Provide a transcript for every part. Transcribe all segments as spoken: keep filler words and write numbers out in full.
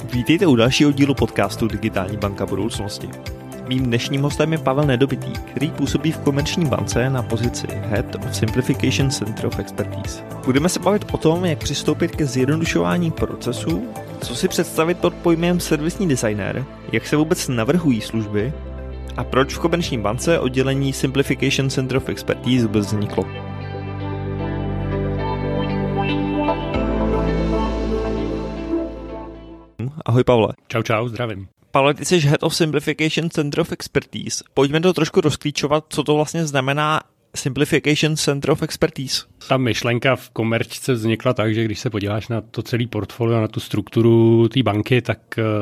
Vítejte u dalšího dílu podcastu Digitální banka budoucnosti. Mým dnešním hostem je Pavel Nedobitý, který působí v Komerční bance na pozici Head of Simplification Center of Expertise. Budeme se bavit o tom, jak přistoupit ke zjednodušování procesů, co si představit pod pojmem servisní designer, jak se vůbec navrhují služby a proč v Komerční bance oddělení Simplification Center of Expertise vůbec vzniklo. Ahoj Pavle. Čau, čau, zdravím. Pavle, ty jsi Head of Simplification Center of Expertise. Pojďme to trošku rozklíčovat, co to vlastně znamená Simplification Center of Expertise. Ta myšlenka v komerčce vznikla tak, že když se podíváš na to celé portfolio, na tu strukturu té banky, tak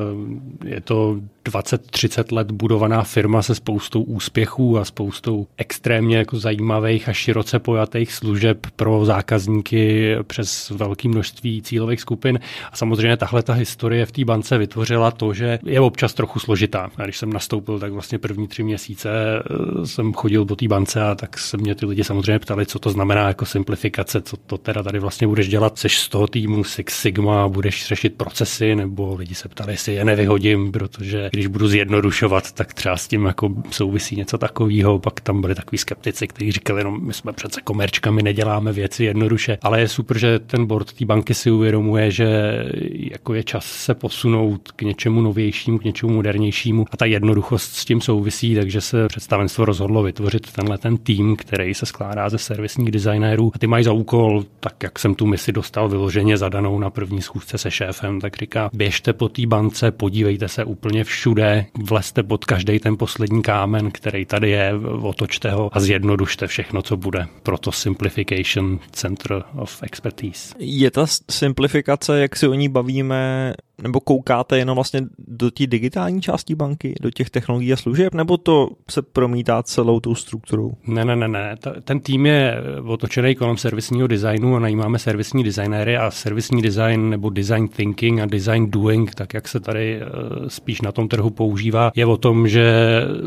je to dvacet třicet let budovaná firma se spoustou úspěchů a spoustou extrémně jako zajímavých a široce pojatých služeb pro zákazníky přes velké množství cílových skupin. A samozřejmě tahle ta historie v té bance vytvořila to, že je občas trochu složitá. A když jsem nastoupil, tak vlastně první tři měsíce jsem chodil po té bance a tak se mě ty lidi samozřejmě ptali, co to znamená jako simplifikace, co to teda tady vlastně budeš dělat. Seš z toho týmu Six Sigma, budeš řešit procesy, nebo lidi se ptali, jestli je nevyhodím, protože když budu zjednodušovat, tak třeba s tím jako souvisí něco takového. Pak tam byli takový skeptici, kteří říkali, no my jsme přece komerčka, my neděláme věci jednoduše. Ale je super, že ten board té banky si uvědomuje, že jako je čas se posunout k něčemu novějšímu, k něčemu modernějšímu a ta jednoduchost s tím souvisí, takže se představenstvo rozhodlo vytvořit tenhle ten tým, který se skládá ze servisních designérů. A ty mají za úkol, tak jak jsem tu misi dostal vyloženě zadanou na první schůzce se šéfem, tak říká, běžte po té bance, podívejte se úplně všude, vlezte pod každý ten poslední kámen, který tady je, otočte ho a zjednodušte všechno, co bude. Proto Simplification Center of Expertise. Je ta simplifikace, jak si o ní bavíme, nebo koukáte jenom vlastně do té digitální části banky, do těch technologií a služeb, nebo to se promítá celou tou strukturou? Ne, ne, ne, ne. Ten tým je otočený kolem servisního designu a najímáme servisní designéry a servisní design nebo design thinking a design doing, tak jak se tady spíš na tom trhu používá, je o tom, že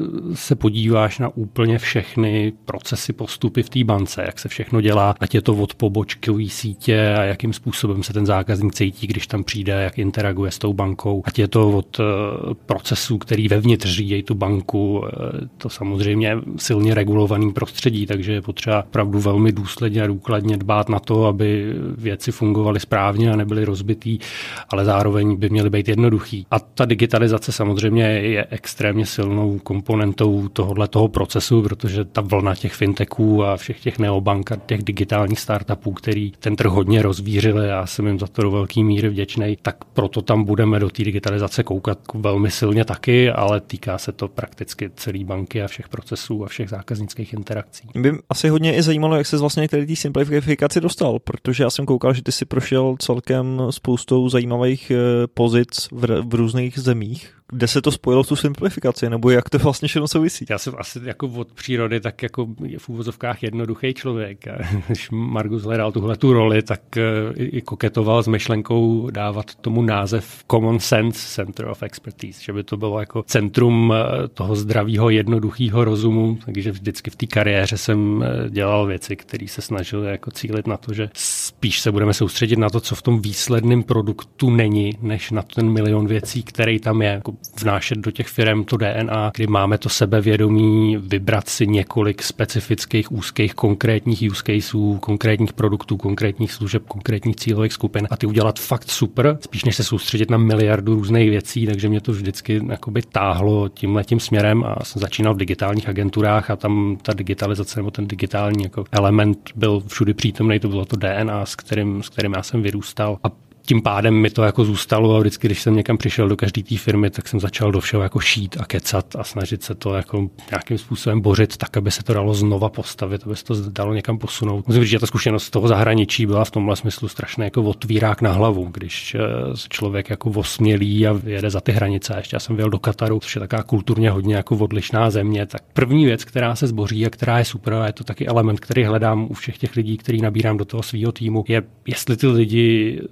se podíváš na úplně všechny procesy, postupy v té bance, jak se všechno dělá, ať je to od pobočkový sítě a jakým způsobem se ten zákazník cítí, když tam přijde, jak interaguje s tou bankou, ať je to od procesů, který vevnitř řídí tu banku, to samozřejmě silně regulovaný prostředí, takže je potřeba opravdu velmi důsledně a důkladně dbát na to, aby věci fungovaly správně a nebyly rozbitý, ale zároveň by měly být jednoduchý. A ta digitalizace samozřejmě je extrémně silnou komponentou tohohle toho procesu, protože ta vlna těch fintechů a všech těch neobank a těch digitálních startupů, který ten trh hodně rozvířili, já jsem jim za to do velký míry vděčnej, tak proto tam budeme do té digitalizace koukat velmi silně taky, ale týká se to prakticky celé banky a všech procesů a všech zákaznických interakcí. Mě by asi hodně i zajímalo, jak se vlastně k té simplifikaci dostal, protože já jsem koukal, že ty si prošel celkem spoustou zajímavých pozic v, v různých zemích. Kde se to spojilo v tu simplifikaci, nebo jak to vlastně všechno souvisí? Já jsem asi jako od přírody tak jako v úvozovkách jednoduchý člověk. A když Margus hledal tuhle tu roli, tak i koketoval s myšlenkou dávat tomu název Common Sense Center of Expertise, že by to bylo jako centrum toho zdravého, jednoduchého rozumu, takže vždycky v té kariéře jsem dělal věci, které se snažily jako cílit na to, že spíš se budeme soustředit na to, co v tom výsledném produktu není, než na ten milion věcí, který tam je. Jako vnášet do těch firem to D N A, kdy máme to sebevědomí, vybrat si několik specifických, úzkých, konkrétních use caseů, konkrétních produktů, konkrétních služeb, konkrétních cílových skupin a ty udělat fakt super, spíš než se soustředit na miliardu různých věcí, takže mě to vždycky jakoby táhlo tímhletím směrem a jsem začínal v digitálních agenturách a tam ta digitalizace nebo ten digitální jako element byl všudy přítomný, to bylo to D N A, s kterým, s kterým já jsem vyrůstal a tím pádem mi to jako zůstalo a vždycky, když jsem někam přišel do každé té firmy, tak jsem začal do všeho jako šít a kecat a snažit se to jako nějakým způsobem bořit tak, aby se to dalo znova postavit, aby se to dalo někam posunout. Musím říct, že ta zkušenost z toho zahraničí byla v tomhle smyslu strašně jako otvírák na hlavu, když člověk jako osmělí a jede za ty hranice. A ještě já jsem vyjel do Kataru, což je taková kulturně hodně jako odlišná země, tak první věc, která se zboří a která je super, a je to taky element, který hledám u všech těch lidí, který nabírám do toho svého týmu, je, jestli ty lidi jsou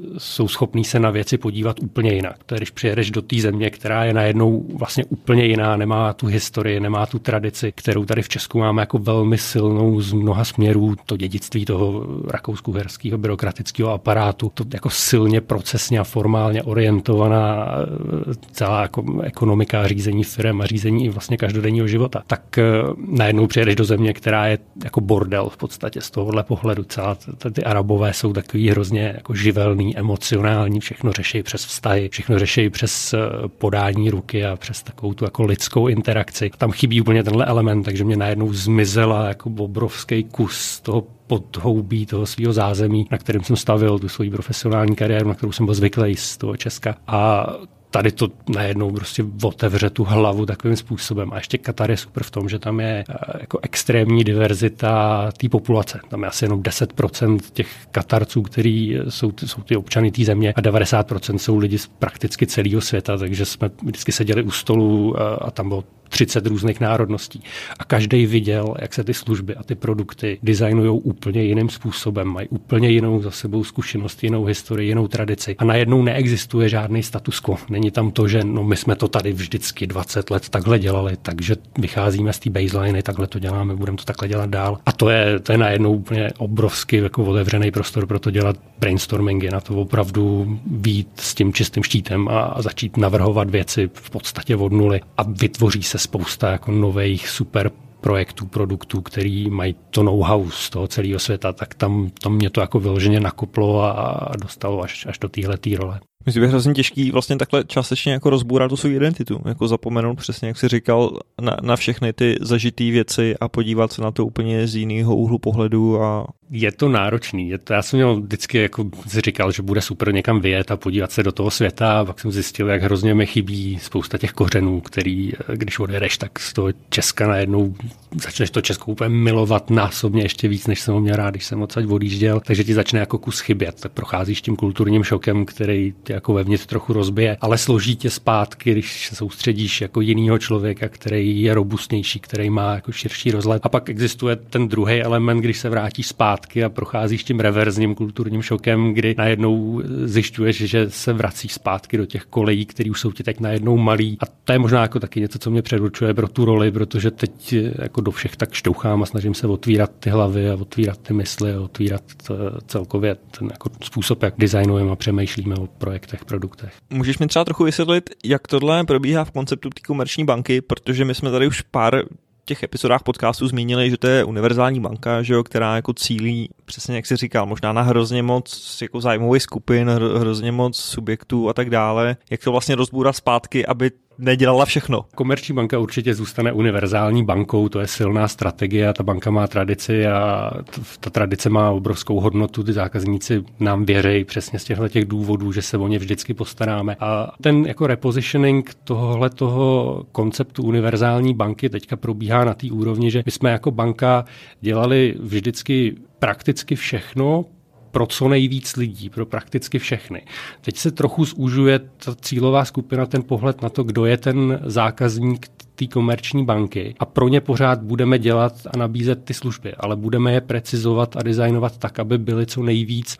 jsou schopní se na věci podívat úplně jinak. To je, když přijedeš do té země, která je najednou vlastně úplně jiná, nemá tu historii, nemá tu tradici, kterou tady v Česku máme jako velmi silnou z mnoha směrů, to dědictví toho rakousko-uherského byrokratického aparátu, to jako silně procesně a formálně orientovaná celá jako ekonomika a řízení firem a řízení vlastně každodenního života. Tak najednou přijedeš do země, která je jako bordel v podstatě z tohohle pohledu. Celá ty Arabové jsou takový hrozně jako živelný, emocionální, všechno řeší přes vztahy, všechno řeší přes podání ruky a přes takovou tu jako lidskou interakci. Tam chybí úplně tenhle element, takže mě najednou zmizela jako obrovský kus toho podhoubí toho svého zázemí, na kterém jsem stavil tu svoji profesionální kariéru, na kterou jsem byl zvyklý z toho Česka. A tady to najednou prostě otevře tu hlavu takovým způsobem. A ještě Katar je super v tom, že tam je jako extrémní diverzita té populace. Tam je asi jenom deset procent těch Katarců, kteří jsou, jsou ty občany té země, a devadesát procent jsou lidi z prakticky celého světa, takže jsme vždycky seděli u stolu a, a tam bylo třicet různých národností. A každý viděl, jak se ty služby a ty produkty designujou úplně jiným způsobem, mají úplně jinou za sebou zkušenost, jinou historii, jinou tradici. A najednou neexistuje žádný status quo. Není tam to, že no my jsme to tady vždycky dvacet let takhle dělali, takže vycházíme z té baseliny, takhle to děláme, budeme to takhle dělat dál. A to je, to je najednou úplně obrovský jako otevřený prostor pro to dělat brainstormingy, na to opravdu být s tím čistým štítem a, a začít navrhovat věci v podstatě od nuly a vytvoří se spousta jako nových super projektů, produktů, který mají to know-how z toho celého světa, tak tam, tam mě to jako vyloženě nakoplo a, a dostalo až, až do téhletý role. Myslím, že je hrozně těžký vlastně takhle částečně jako rozbourat tu svou identitu, jako zapomenout přesně, jak jsi říkal, na, na všechny ty zažitý věci a podívat se na to úplně z jiného úhlu pohledu. A je to náročný. Je to, já jsem měl vždycky jako si říkal, že bude super někam vyjet a podívat se do toho světa, a pak jsem zjistil, jak hrozně mi chybí spousta těch kořenů, který, když odjedeš, tak z toho Česka najednou začneš to Česko úplně milovat násobně ještě víc, než jsem ho měl rád, když jsem odsaď odjížděl, takže ti začne jako kus chybět. Tak procházíš tím kulturním šokem, který tě jako vevnitř trochu rozbije, ale složí tě zpátky, když se soustředíš jako jinýho člověka, který je robustnější, který má jako širší rozhled. A pak existuje ten druhý element, když se vrátíš zpátky a procházíš tím reverzním kulturním šokem, kdy najednou zjišťuješ, že se vracíš zpátky do těch kolejí, které už jsou ti teď najednou malý. A to je možná jako taky něco, co mě předurčuje pro tu roli, protože teď jako do všech tak šťouchám a snažím se otvírat ty hlavy a otvírat ty mysli a otvírat celkově ten jako způsob, jak designujeme a přemýšlíme o projektech, produktech. Můžeš mi třeba trochu vysvětlit, jak tohle probíhá v konceptu té komerční banky, protože my jsme tady už pár těch epizodách podcastu zmínili, že to je univerzální banka, že jo, která jako cílí, přesně jak jsi říkal, možná na hrozně moc jako zájmových skupin, hrozně moc subjektů a tak dále. Jak to vlastně rozbourat zpátky, aby nedělala všechno. Komerční banka určitě zůstane univerzální bankou, to je silná strategie a ta banka má tradici a ta tradice má obrovskou hodnotu, ty zákazníci nám věří přesně z těchto těch důvodů, že se o ně vždycky postaráme. A ten jako repositioning tohohle toho konceptu univerzální banky teďka probíhá na té úrovni, že my jsme jako banka dělali vždycky prakticky všechno pro co nejvíc lidí, pro prakticky všechny. Teď se trochu zúžuje ta cílová skupina, ten pohled na to, kdo je ten zákazník té komerční banky a pro ně pořád budeme dělat a nabízet ty služby, ale budeme je precizovat a designovat tak, aby byly co nejvíc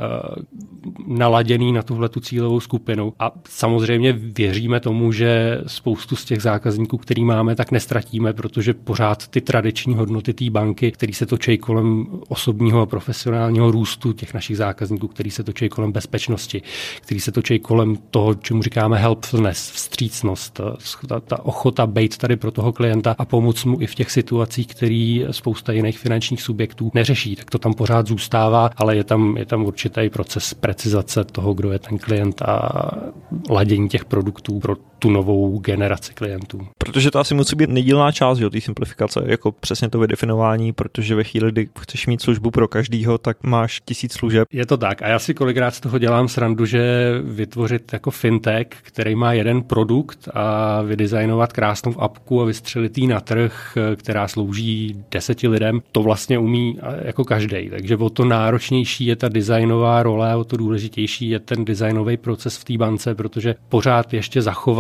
uh, naladěný na tuhletu cílovou skupinu. A samozřejmě věříme tomu, že spoustu z těch zákazníků, který máme, tak nestratíme, protože pořád ty tradiční hodnoty té banky, které se točí kolem osobního a profesionálního růstu těch našich zákazníků, který se točí kolem bezpečnosti, který se točí kolem toho, čemu říkáme helpfulness, vstřícnost, ta, ta ochota být tady pro toho klienta a pomoct mu i v těch situacích, který spousta jiných finančních subjektů neřeší. Tak to tam pořád zůstává, ale je tam, je tam určitý proces precizace toho, kdo je ten klient a ladění těch produktů pro tu novou generaci klientů. Protože to asi musí být nedílná část té simplifikace, jako přesně to vydefinování, protože ve chvíli, kdy chceš mít službu pro každýho, tak máš tisíc služeb. Je to tak a já si kolikrát z toho dělám srandu, že vytvořit jako fintech, který má jeden produkt a vydesignovat krásnou apku a vystřelit jí na trh, která slouží deseti lidem, to vlastně umí jako každej. Takže o to náročnější je ta designová role, o to důležitější je ten designový proces v té bance, protože pořád ještě zachovat tu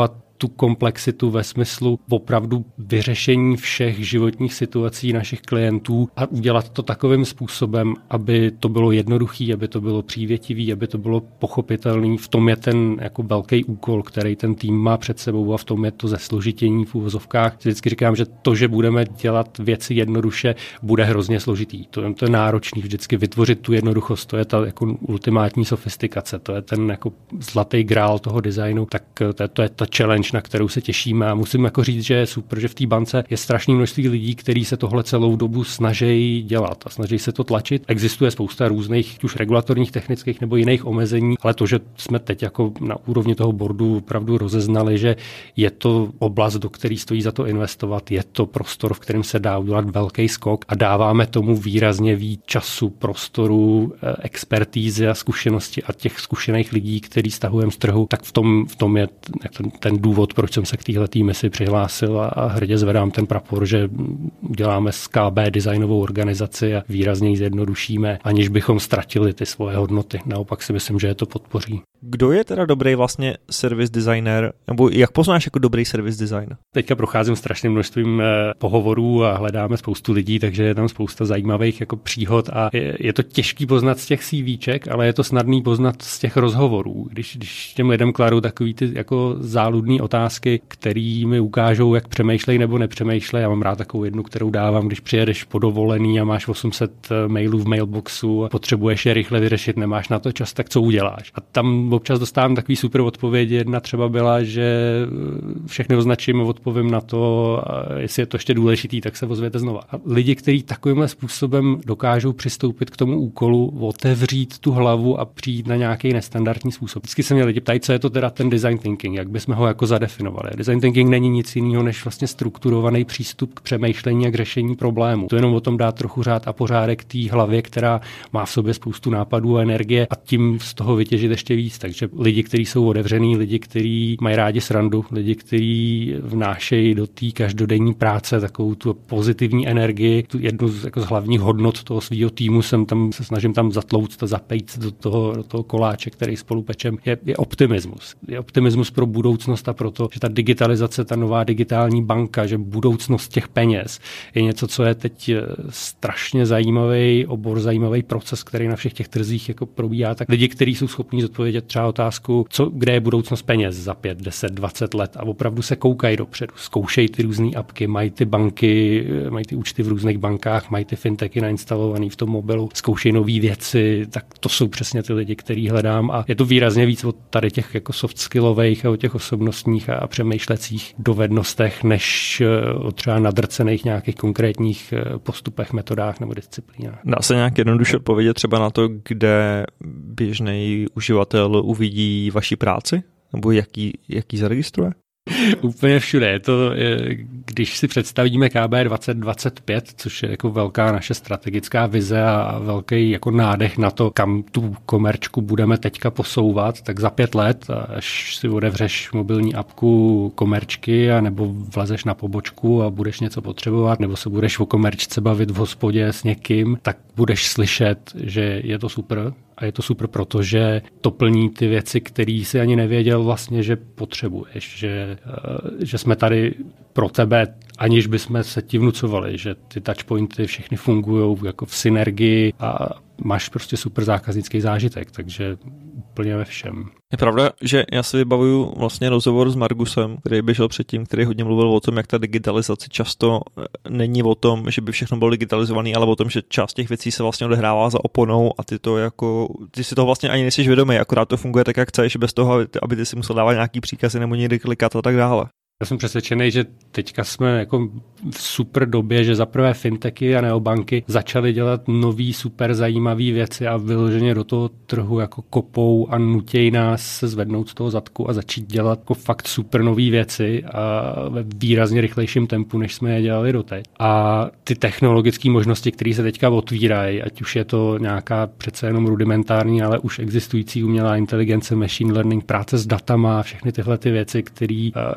tu komplexitu ve smyslu opravdu vyřešení všech životních situací našich klientů a udělat to takovým způsobem, aby to bylo jednoduchý, aby to bylo přívětivý, aby to bylo pochopitelný. V tom je ten jako velký úkol, který ten tým má před sebou a v tom je to zesložitění v uvozovkách. Vždycky říkám, že to, že budeme dělat věci jednoduše, bude hrozně složitý. To je, to je náročný vždycky vytvořit tu jednoduchost. To je ta jako ultimátní sofistikace. To je ten jako zlatý grál toho designu. Tak to je, to je ta challenge, na kterou se těšíme. A musím jako říct, že je super, že v té bance je strašné množství lidí, kteří se tohle celou dobu snaží dělat a snaží se to tlačit. Existuje spousta různých už regulatorních, technických nebo jiných omezení, ale to, že jsme teď jako na úrovni toho boardu opravdu rozeznali, že je to oblast, do které stojí za to investovat, je to prostor, v kterém se dá udělat velký skok a dáváme tomu výrazně víc času, prostoru, expertízy a zkušenosti a těch zkušených lidí, který stahujeme z trhu, tak v tom, v tom je ten, ten důvod, proč jsem se k téhletý misi přihlásil a, a hrdě zvedám ten prapor, že děláme s K B designovou organizaci a výrazně ji zjednodušíme, aniž bychom ztratili ty svoje hodnoty. Naopak si myslím, že je to podpoří. Kdo je teda dobrý vlastně service designer, nebo jak poznáš jako dobrý service design? Teďka procházím strašným množstvím pohovorů a hledáme spoustu lidí, takže je tam spousta zajímavých jako příhod a je, je to těžký poznat z těch CVček, ale je to snadný poznat z těch rozhovorů. Když, když těm lidem kladou takový ty jako záludné otázky, který mi ukážou, jak přemýšlej nebo nepřemýšlej. Já mám rád takovou jednu, kterou dávám, když přijedeš po dovolený a máš osm set mailů v mailboxu a potřebuješ je rychle vyřešit, nemáš na to čas, tak co uděláš? A tam občas dostávám takový super odpovědi. Jedna třeba byla, že všechny označím a odpovím na to, jestli je to ještě důležitý, tak se ozvěte znova. A lidi, kteří takovýmhle způsobem dokážou přistoupit k tomu úkolu, otevřít tu hlavu a přijít na nějaký nestandardní způsob. Vždycky se mě lidi ptají, co je to teda ten design thinking, jak bychom ho jako zadefinovali. Design thinking není nic jiného než vlastně strukturovaný přístup k přemýšlení a k řešení problému. To jenom o tom dát trochu řád a pořádek té hlavě, která má v sobě spoustu nápadů a energie a tím z toho vytěžit ještě víc. Takže lidi, kteří jsou otevřený, lidi, kteří mají rádi srandu, lidi, kteří vnášejí do té každodenní práce takovou tu pozitivní energii, tu jednu z, jako z hlavních hodnot toho svého týmu jsem tam se snažím tam zatlouct a zapejct do toho, do toho koláče, který spolu pečem, je, je optimismus. Je optimismus pro budoucnost a pro to, že ta digitalizace, ta nová digitální banka, že budoucnost těch peněz je něco, co je teď strašně zajímavý obor, zajímavý proces, který na všech těch trzích jako probíhá. Tak lidi, kteří jsou schopni zodpovědět třeba otázku, co, kde je budoucnost peněz za pět, deset, dvacet let a opravdu se koukají dopředu, zkoušejí ty různé apky, mají ty banky, mají ty účty v různých bankách, mají ty fintechy nainstalovaný v tom mobilu, zkoušejí nové věci, tak to jsou přesně ty lidi, který hledám a je to výrazně víc od tady těch jako soft skillových a od těch osobnostních a přemýšlecích dovednostech, než od třeba nadrcených nějakých konkrétních postupech, metodách nebo disciplínách. Dá se nějak jednoduše odpovědět třeba na to, kde běžný uživatel uvidí vaši práci? Nebo jaký, jaký zaregistruje? Úplně všude. Je to, když si představíme K B dvacet dvacet pět, což je jako velká naše strategická vize a velký jako nádech na to, kam tu komerčku budeme teďka posouvat, tak za pět let, až si otevřeš mobilní apku komerčky a nebo vlezeš na pobočku a budeš něco potřebovat, nebo se budeš o komerčce bavit v hospodě s někým, tak budeš slyšet, že je to super. A je to super, protože to plní ty věci, které si ani nevěděl vlastně, že potřebuješ, že, že jsme tady pro tebe, aniž bychom se ti vnucovali, že ty touchpointy všechny fungují jako v synergii a máš prostě super zákaznický zážitek, takže úplně ve všem. Je pravda, že já si vybavuju vlastně rozhovor s Margusem, který běžel předtím, který hodně mluvil o tom, jak ta digitalizace často není o tom, že by všechno bylo digitalizované, ale o tom, že část těch věcí se vlastně odehrává za oponou a ty to jako, ty si toho vlastně ani nejsi vědomý, akorát to funguje tak, jak chceš, bez toho, aby ty si musel dávat nějaký příkazy nebo někdy klikat a tak dále. Já jsem přesvědčený, že teďka jsme jako v super době, že zaprvé fintechy a neobanky začaly dělat nový super zajímavý věci a vyloženě do toho trhu jako kopou a nutějí nás se zvednout z toho zadku a začít dělat jako fakt super nový věci a ve výrazně rychlejším tempu, než jsme je dělali doteď. A ty technologické možnosti, které se teďka otvírají, ať už je to nějaká přece jenom rudimentární, ale už existující umělá inteligence, machine learning, práce s datama, všechny tyhle ty věci, které nám dávají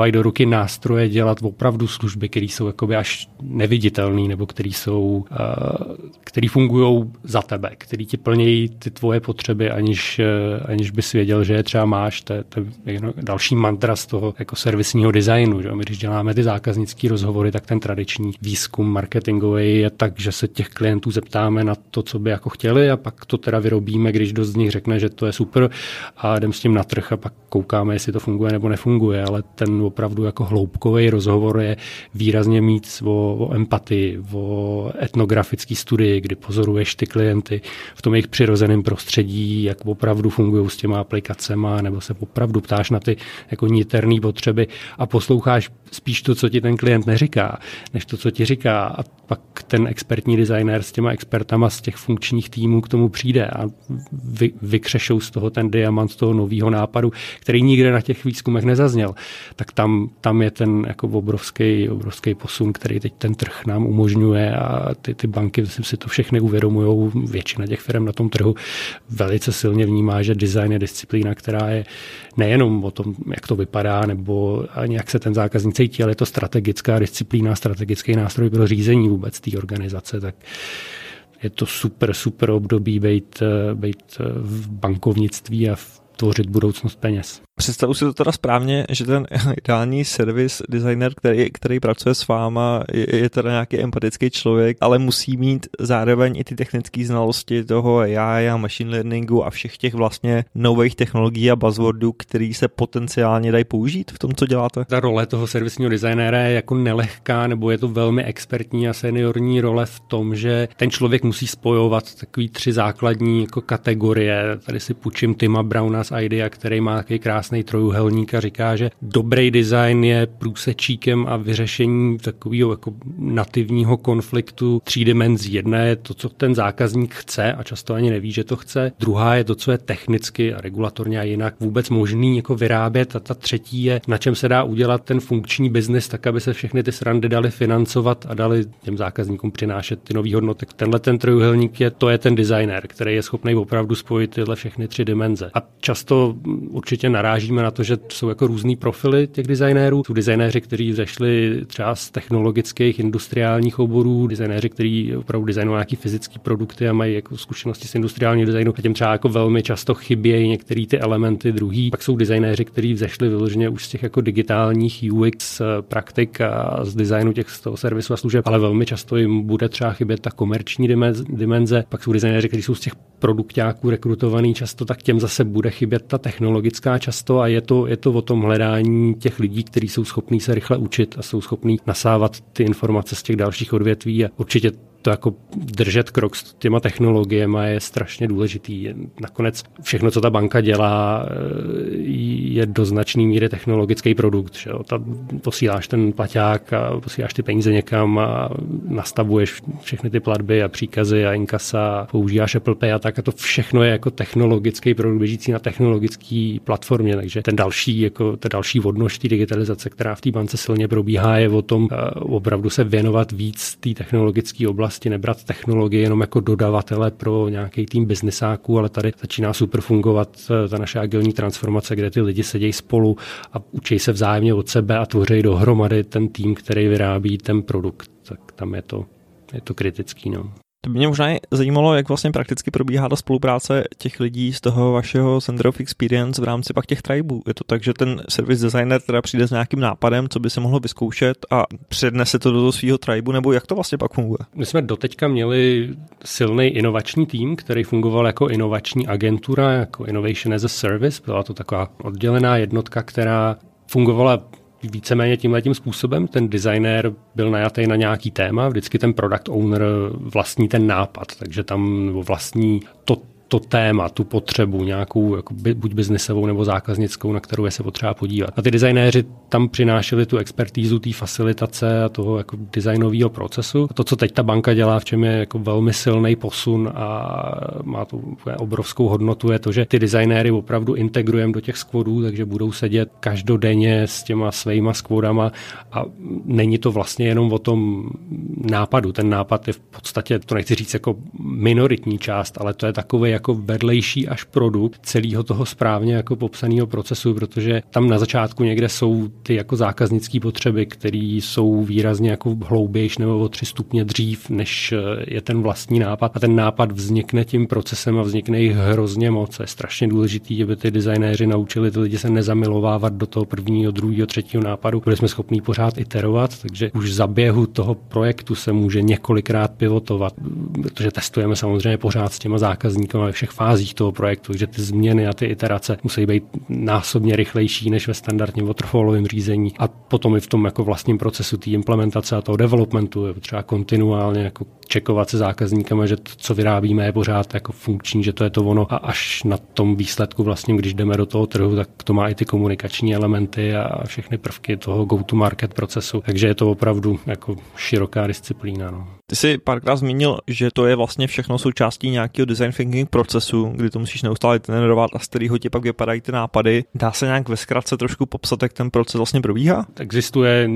dostávají do ruky nástroje dělat opravdu služby, které jsou jakoby až neviditelné, nebo které jsou, které fungují za tebe, které ti plnějí ty tvoje potřeby, aniž, aniž bys věděl, že je třeba máš. To je, to je další mantra z toho jako servisního designu. Že? My když děláme ty zákaznické rozhovory, tak ten tradiční výzkum marketingový je tak, že se těch klientů zeptáme na to, co by jako chtěli, a pak to teda vyrobíme, když dost z nich řekne, že to je super, a jdem s tím na trh a pak koukáme, jestli to funguje nebo nefunguje, ale ten opravdu jako hloubkový rozhovor je výrazně mít o, o empatii, o etnografický studii, kdy pozoruješ ty klienty v tom jejich přirozeném prostředí, jak opravdu fungují s těma aplikacema, nebo se opravdu ptáš na ty jako niterné potřeby a posloucháš spíš to, co ti ten klient neříká, než to, co ti říká, a pak ten expertní designér s těma expertama z těch funkčních týmů k tomu přijde a vy, vykřešou z toho ten diamant toho nového nápadu, který nikde na těch výzkumech nezazněl. Tak tam, tam je ten jako obrovský, obrovský posun, který teď ten trh nám umožňuje, a ty, ty banky si to všechny uvědomujou. Většina těch firm na tom trhu velice silně vnímá, že design je disciplína, která je nejenom o tom, jak to vypadá, nebo ani jak se ten zákazník cítí, ale je to strategická disciplína, strategický nástroj pro řízení vůbec té organizace. Tak je to super, super období být, být v bankovnictví a tvořit budoucnost peněz. Představu si to teda správně, že ten ideální servis designer, který, který pracuje s váma, je, je teda nějaký empatický člověk, ale musí mít zároveň i ty technické znalosti toho A I a machine learningu a všech těch vlastně nových technologií a buzzwordů, který se potenciálně dají použít v tom, co děláte. Ta role toho servisního designéra je jako nelehká, nebo je to velmi expertní a seniorní role v tom, že ten člověk musí spojovat takový tři základní jako kategorie. Tady si půjčím Tima Browna z Idea, který má takový krásný trojuhelník a říká, že dobrý design je průsečíkem a vyřešení takového jako nativního konfliktu tří dimenzí. Jedna je to, co ten zákazník chce a často ani neví, že to chce. Druhá je to, co je technicky a regulatorně a jinak vůbec možný jako vyrábět. A ta třetí je, na čem se dá udělat ten funkční biznis, tak aby se všechny ty srandy dali financovat a dali těm zákazníkům přinášet ty nový hodnoty. Tenhle ten trojuhelník je, to je ten designer, který je schopný opravdu spojit tyhle všechny tři dimenze. A často určitě narážíme na to, že jsou jako různý profily těch designérů. Jsou designéři, kteří vzešli třeba z technologických, industriálních oborů, designéři, kteří opravdu designují nějaký fyzické produkty a mají jako zkušenosti s industriálním designu. A těm třeba jako velmi často chybějí některé ty elementy druhý. Pak jsou designéři, kteří vzešli vyloženě už z těch jako digitálních U X praktik a z designu těch z toho servisu a služeb, ale velmi často jim bude třeba chybět ta komerční dimenze. Pak jsou designéři, kteří jsou z těch produkťáků rekrutovaný často, tak těm zase bude chybět ta technologická často, a je to, je to o tom hledání těch lidí, kteří jsou schopní se rychle učit a jsou schopní nasávat ty informace z těch dalších odvětví, a určitě to jako držet krok s těma technologiemi je strašně důležitý. Nakonec všechno, co ta banka dělá, je do značné míry technologický produkt. Že jo? Ta, posíláš ten plaťák a posíláš ty peníze někam a nastavuješ všechny ty platby a příkazy a inkasa, používáš Apple Pay a tak, a to všechno je jako technologický produkt běžící na technologické platformě. Takže ten další, jako ta další odnož té digitalizace, která v té bance silně probíhá, je o tom uh, opravdu se věnovat víc té technologické oblasti, nebrat technologie jenom jako dodavatele pro nějaký tým biznesáků, ale tady začíná super fungovat ta naše agilní transformace, kde ty lidi sedějí spolu a učí se vzájemně od sebe a tvoří dohromady ten tým, který vyrábí ten produkt. Tak tam je to, je to kritický. No. To by mě možná zajímalo, jak vlastně prakticky probíhá ta spolupráce těch lidí z toho vašeho Center of Experience v rámci pak těch tribeů. Je to tak, že ten service designer teda přijde s nějakým nápadem, co by se mohlo vyzkoušet a přednese to do toho svého tribu, nebo jak to vlastně pak funguje? My jsme doteďka měli silný inovační tým, který fungoval jako inovační agentura, jako Innovation as a Service. Byla to taková oddělená jednotka, která fungovala víceméně tímhletím způsobem. Ten designér byl najatý na nějaký téma, vždycky ten product owner vlastní ten nápad, takže tam vlastní to, to téma, tu potřebu, nějakou jako buď biznesovou nebo zákaznickou, na kterou je se potřeba podívat. A ty designéři tam přinášeli tu expertízu té facilitace a toho jako designového procesu. A to, co teď ta banka dělá, v čem je jako velmi silný posun a má tu obrovskou hodnotu, je to, že ty designéry opravdu integrujeme do těch skvodů, takže budou sedět každodenně s těma svýma skvodama a není to vlastně jenom o tom nápadu. Ten nápad je v podstatě, to nechci říct jako minoritní část, ale to je takový jako vedlejší až produkt celého toho správně jako popsaného procesu, protože tam na začátku někde jsou ty jako zákaznické potřeby, které jsou výrazně jako hloubější nebo o tři stupně dřív, než je ten vlastní nápad. A ten nápad vznikne tím procesem a vznikne jich hrozně moc. Je strašně důležitý, aby ty designéři naučili ty lidi se nezamilovávat do toho prvního, druhého, třetího nápadu, kde jsme schopní pořád iterovat, takže už za běhu toho projektu se může několikrát pivotovat, protože testujeme samozřejmě pořád s těma zákazníky ve všech fázích toho projektu, že ty změny a ty iterace musí být násobně rychlejší než ve standardním waterfallovém řízení. A potom i v tom jako vlastním procesu té implementace a toho developmentu je třeba kontinuálně jako čekovat se zákazníkama, že to, co vyrábíme, je pořád jako funkční, že to je to ono a až na tom výsledku vlastně, když jdeme do toho trhu, tak to má i ty komunikační elementy a všechny prvky toho go-to-market procesu. Takže je to opravdu jako široká disciplína. No. Ty jsi párkrát zmínil, že to je vlastně všechno součástí nějakého design thinking procesu, kdy to musíš neustále generovat a z kterého ti pak vypadají ty nápady. Dá se nějak ve zkratce trošku popsat, jak ten proces vlastně probíhá? Existuje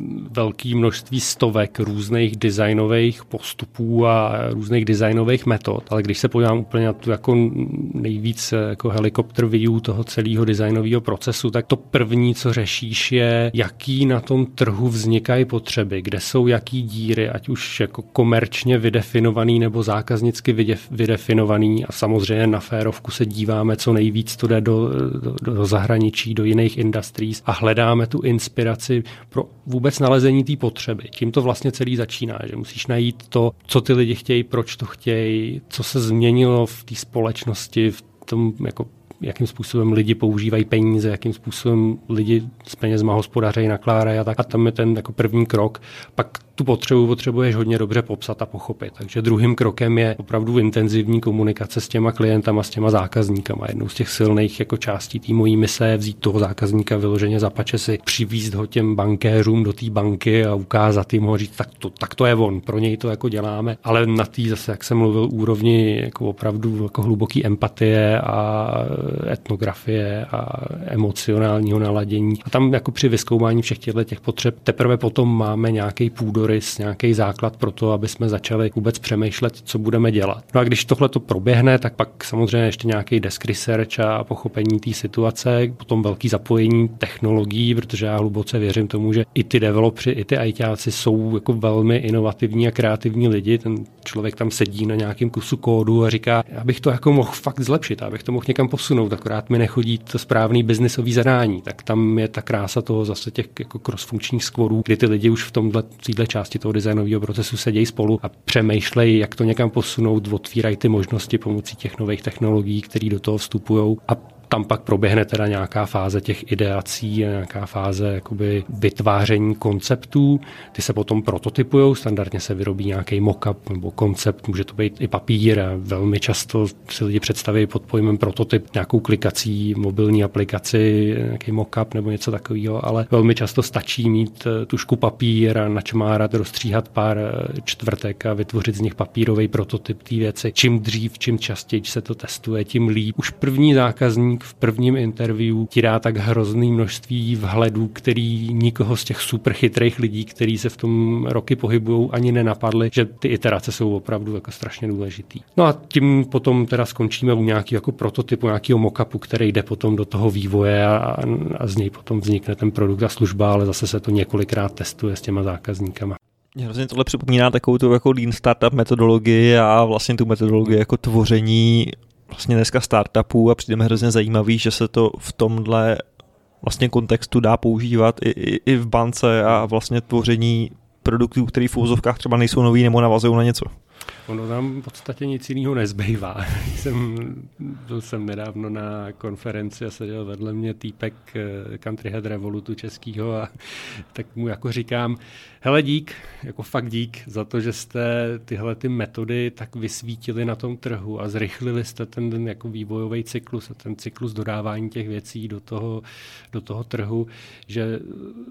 velké množství stovek různých designových postupů a různých designových metod, ale když se podívám úplně na tu jako nejvíc jako helikopter view toho celého designového procesu, tak to první, co řešíš, je, jaký na tom trhu vznikají potřeby, kde jsou jaký díry, ať už jako komerčně vydefinovaný nebo zákaznicky vydefinovaný a samozřejmě na férovku se díváme, co nejvíc to jde do, do, do zahraničí, do jiných industries a hledáme tu inspiraci pro vůbec nalezení té potřeby. Tím to vlastně celý začíná, že musíš najít to, co ty lidi chtějí, proč to chtějí, co se změnilo v té společnosti, v tom jako jakým způsobem lidi používají peníze, jakým způsobem lidi s penězma hospodařejí, nakládají a tak. A tam je ten jako první krok. Pak tu potřebu potřebuješ hodně dobře popsat a pochopit. Takže druhým krokem je opravdu intenzivní komunikace s těma klientama, s těma zákazníkama. Jednou z těch silných jako částí té mojí mise je vzít toho zákazníka vyloženě za pačesy, přivízt ho těm bankéřům do té banky a ukázat jim ho, říct, tak to, tak to je on, pro něj to jako děláme. Ale na té zase, jak jsem mluvil, úrovni jako opravdu jako hluboký empatie a etnografie a emocionálního naladění. A tam jako při vyzkoumání všech těchto těch potřeb teprve potom máme nějaký půdorys, nějaký základ pro to, aby jsme začali vůbec přemýšlet, co budeme dělat. No a když tohle to proběhne, tak pak samozřejmě ještě nějaký desk research a pochopení té situace, potom velký zapojení technologií, protože já hluboce věřím tomu, že i ty developři, i ty ajťáci jsou jako velmi inovativní a kreativní lidi. Ten člověk tam sedí na nějakém kusu kódu a říká, já bych to jako mohl fakt zlepšit, abych to mohl někam posunout, akorát mi nechodí to správný biznisový zadání. Tak tam je ta krása toho zase těch jako cross-funkčních skvorů, kdy ty lidi už v tomhle téhle části toho designového procesu sedějí spolu a přemýšlejí, jak to někam posunout, otvírají ty možnosti pomocí těch nových technologií, které do toho vstupují a tam pak proběhne teda nějaká fáze těch ideací, nějaká fáze jakoby vytváření konceptů. Ty se potom prototypujou, standardně se vyrobí nějaký mock-up nebo koncept, může to být i papír a velmi často si lidi představí pod pojmem prototyp nějakou klikací, mobilní aplikaci, nějaký mock-up nebo něco takového, ale velmi často stačí mít tužku papír a načmárat, rozstříhat pár čtvrtek a vytvořit z nich papírový prototyp té věci. Čím dřív, čím častěji se to testuje, tím líp. Už první zákazník v prvním interview ti dá tak hrozný množství vhledů, který nikoho z těch super chytrých lidí, kteří se v tom roky pohybují, ani nenapadly, že ty iterace jsou opravdu jako strašně důležitý. No a tím potom teda skončíme u nějakého jako prototypu, nějakého mockupu, který jde potom do toho vývoje a, a z něj potom vznikne ten produkt a služba, ale zase se to několikrát testuje s těma zákazníkama. Mě hrozně tohle připomíná takovou tu jako lean startup metodologii a vlastně tu metodologii jako tvoření vlastně dneska startupů a přijde mi hrozně zajímavý, že se to v tomhle vlastně kontextu dá používat i, i, i v bance a vlastně tvoření produktů, které v úvozovkách třeba nejsou nový nebo navazují na něco. Ono tam v podstatě nic jiného nezbývá. jsem, byl jsem nedávno na konferenci a seděl vedle mě týpek Country Head Revolutu českýho a tak mu jako říkám, hele dík, jako fakt dík za to, že jste tyhle ty metody tak vysvítili na tom trhu a zrychlili jste ten, ten jako vývojový cyklus a ten cyklus dodávání těch věcí do toho, do toho trhu, že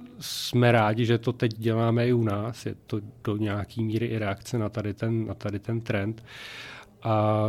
jsme rádi, že to teď děláme i u nás. Je to do nějaký míry i reakce na tady ten, na tady ten trend. A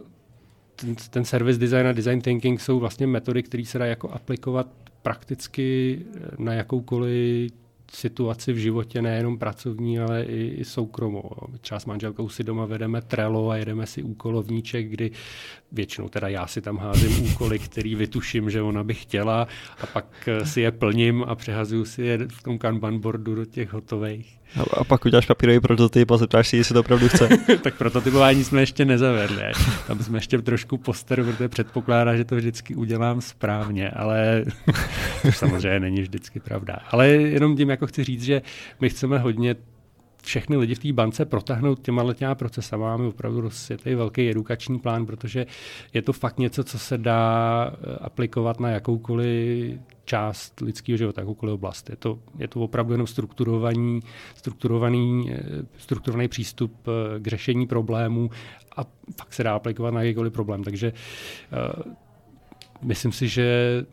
ten, ten service design a design thinking jsou vlastně metody, které se dá jako aplikovat prakticky na jakoukoliv situaci v životě, nejenom pracovní, ale i, i soukromou. Třeba s manželkou si doma vedeme Trello a jedeme si úkolovníček, kdy většinou teda já si tam házím úkoly, který vytuším, že ona by chtěla, a pak si je plním a přehazuju si je v tom Kanban boardu do těch hotových. A pak uděláš papírový prototyp a zeptáš si, jestli to opravdu chce. Tak prototypování jsme ještě nezavedli. Tam jsme ještě trošku posteru, protože předpokládá, že to vždycky udělám správně, ale to samozřejmě není vždycky pravda. Ale jenom tím, jako chci říct, že my chceme hodně všechny lidi v té bance protáhnout těma těma procesama. Máme opravdu rozsvětlý velký edukační plán, protože je to fakt něco, co se dá aplikovat na jakoukoliv část lidského života, jakoukoliv oblast. Je to, je to opravdu jenom strukturovaný, strukturovaný, strukturovaný přístup k řešení problémů a fakt se dá aplikovat na jakýkoliv problém. Takže uh, myslím si, že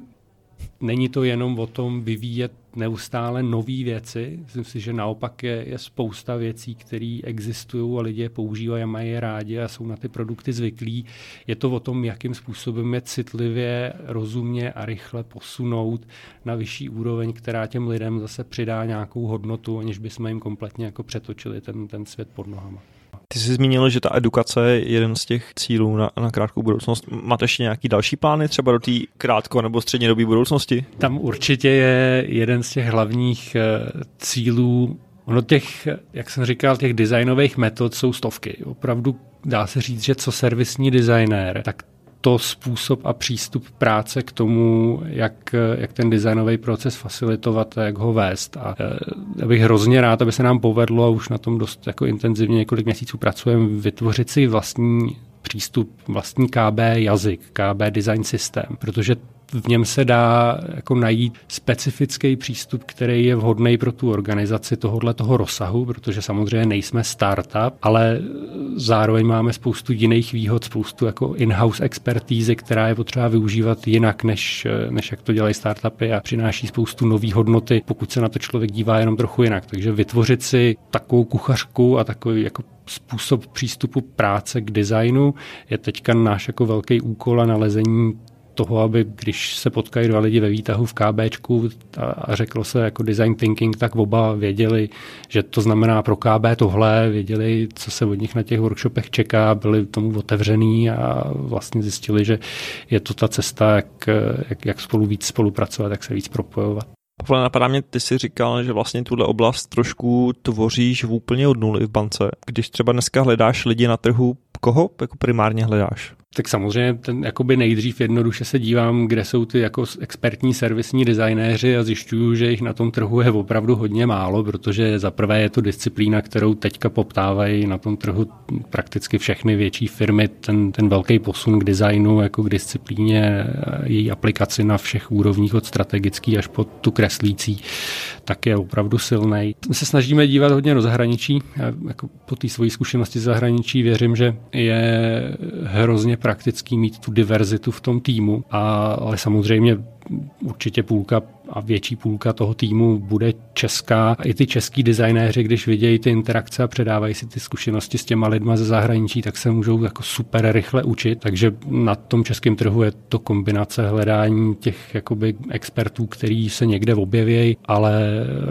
není to jenom o tom vyvíjet neustále nové věci. Myslím si, že naopak je, je spousta věcí, které existují a lidi je používají a mají je rádi a jsou na ty produkty zvyklí. Je to o tom, jakým způsobem je citlivě, rozumně a rychle posunout na vyšší úroveň, která těm lidem zase přidá nějakou hodnotu, aniž bychom jim kompletně jako přetočili ten, ten svět pod nohama. Ty jsi zmínil, že ta edukace je jeden z těch cílů na, na krátkou budoucnost. Máte ještě nějaký další plány třeba do té krátko nebo střednědobé budoucnosti? Tam určitě je jeden z těch hlavních uh, cílů. Ono těch, jak jsem říkal, těch designových metod jsou stovky. Opravdu dá se říct, že co servisní designér, tak to způsob a přístup práce k tomu, jak, jak ten designový proces facilitovat a jak ho vést. A já bych hrozně rád, aby se nám povedlo, a už na tom dost jako intenzivně několik měsíců pracujeme, vytvořit si vlastní přístup, vlastní K B jazyk, K B design systém, protože v něm se dá jako najít specifický přístup, který je vhodný pro tu organizaci tohohle toho rozsahu, protože samozřejmě nejsme startup, ale zároveň máme spoustu jiných výhod, spoustu jako in-house expertízy, která je potřeba využívat jinak, než, než jak to dělají startupy, a přináší spoustu nový hodnoty, pokud se na to člověk dívá jenom trochu jinak. Takže vytvořit si takovou kuchařku a takový jako způsob přístupu práce k designu je teďka náš jako velký úkol a nalezení toho, aby když se potkají dva lidi ve výtahu v KBčku a, a řeklo se jako design thinking, tak oba věděli, že to znamená pro K B tohle, věděli, co se od nich na těch workshopech čeká, byli tomu otevřený a vlastně zjistili, že je to ta cesta, jak, jak, jak spolu víc spolupracovat, jak se víc propojovat. Pavle, napadá mě, ty jsi říkal, že vlastně tuhle oblast trošku tvoříš v úplně od nuly v bance. Když třeba dneska hledáš lidi na trhu, koho jako primárně hledáš? Tak samozřejmě ten, jakoby nejdřív jednoduše se dívám, kde jsou ty jako expertní servisní designéři, a zjišťuju, že jich na tom trhu je opravdu hodně málo, protože za prvé je to disciplína, kterou teďka poptávají na tom trhu prakticky všechny větší firmy. Ten, ten velký posun k designu jako k disciplíně, její aplikaci na všech úrovních od strategický až po tu kreslící, tak je opravdu silnej. My se snažíme dívat hodně do zahraničí. Já jako po té svojí zkušenosti z zahraničí věřím, že je hrozně praktický mít tu diverzitu v tom týmu, a, ale samozřejmě určitě půlka a větší půlka toho týmu bude česká. A i ty český designéři, když vidějí ty interakce a předávají si ty zkušenosti s těma lidma ze zahraničí, tak se můžou jako super rychle učit. Takže na tom českém trhu je to kombinace hledání těch jakoby expertů, který se někde objeví, ale,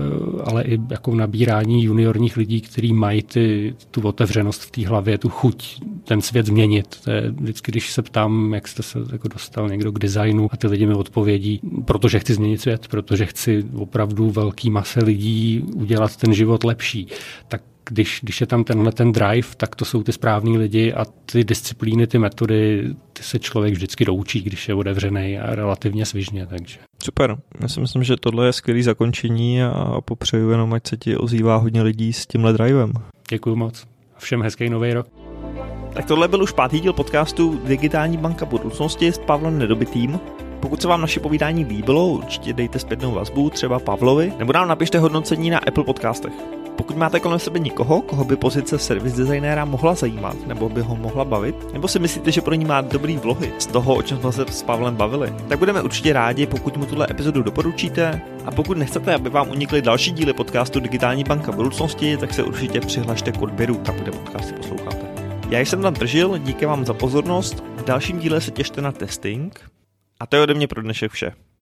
ale i jako nabírání juniorních lidí, kteří mají ty, tu otevřenost v té hlavě, tu chuť ten svět změnit. To je vždycky, když se ptám, jak jste se jako dostal někdo k designu, a ty lidi mi odpovědí, protože chci změnit svět, protože chci opravdu velký mase lidí udělat ten život lepší. Tak když, když je tam tenhle ten drive, tak to jsou ty správní lidi, a ty disciplíny, ty metody, ty se člověk vždycky doučí, když je otevřený a relativně svižně. Takže. Super. Já si myslím, že tohle je skvělý zakončení a popřeju jenom, ať se ti ozývá hodně lidí s tímhle drivem. Děkuju moc. Všem hezký nový rok. Tak tohle byl už pátý díl podcastu Digitální banka budoucnosti s Pavlem Nedobitým. Pokud se vám naše povídání líbilo, určitě dejte zpětnou vazbu třeba Pavlovi, nebo nám napište hodnocení na Apple Podcastech. Pokud máte kolem sebe někoho, koho by pozice servis designéra mohla zajímat, nebo by ho mohla bavit, nebo si myslíte, že pro ní má dobrý vlohy z toho, o čem jsme se s Pavlem bavili, tak budeme určitě rádi, pokud mu tuhle epizodu doporučíte, a pokud nechcete, aby vám unikly další díly podcastu Digitální banka budoucnosti, tak se určitě přihlašte k odběru, tam kde podcasty posloucháte. Já jsem tam držil, díky vám za pozornost, v dalším díle se těšte na testing, a to je ode mě pro dnešek vše.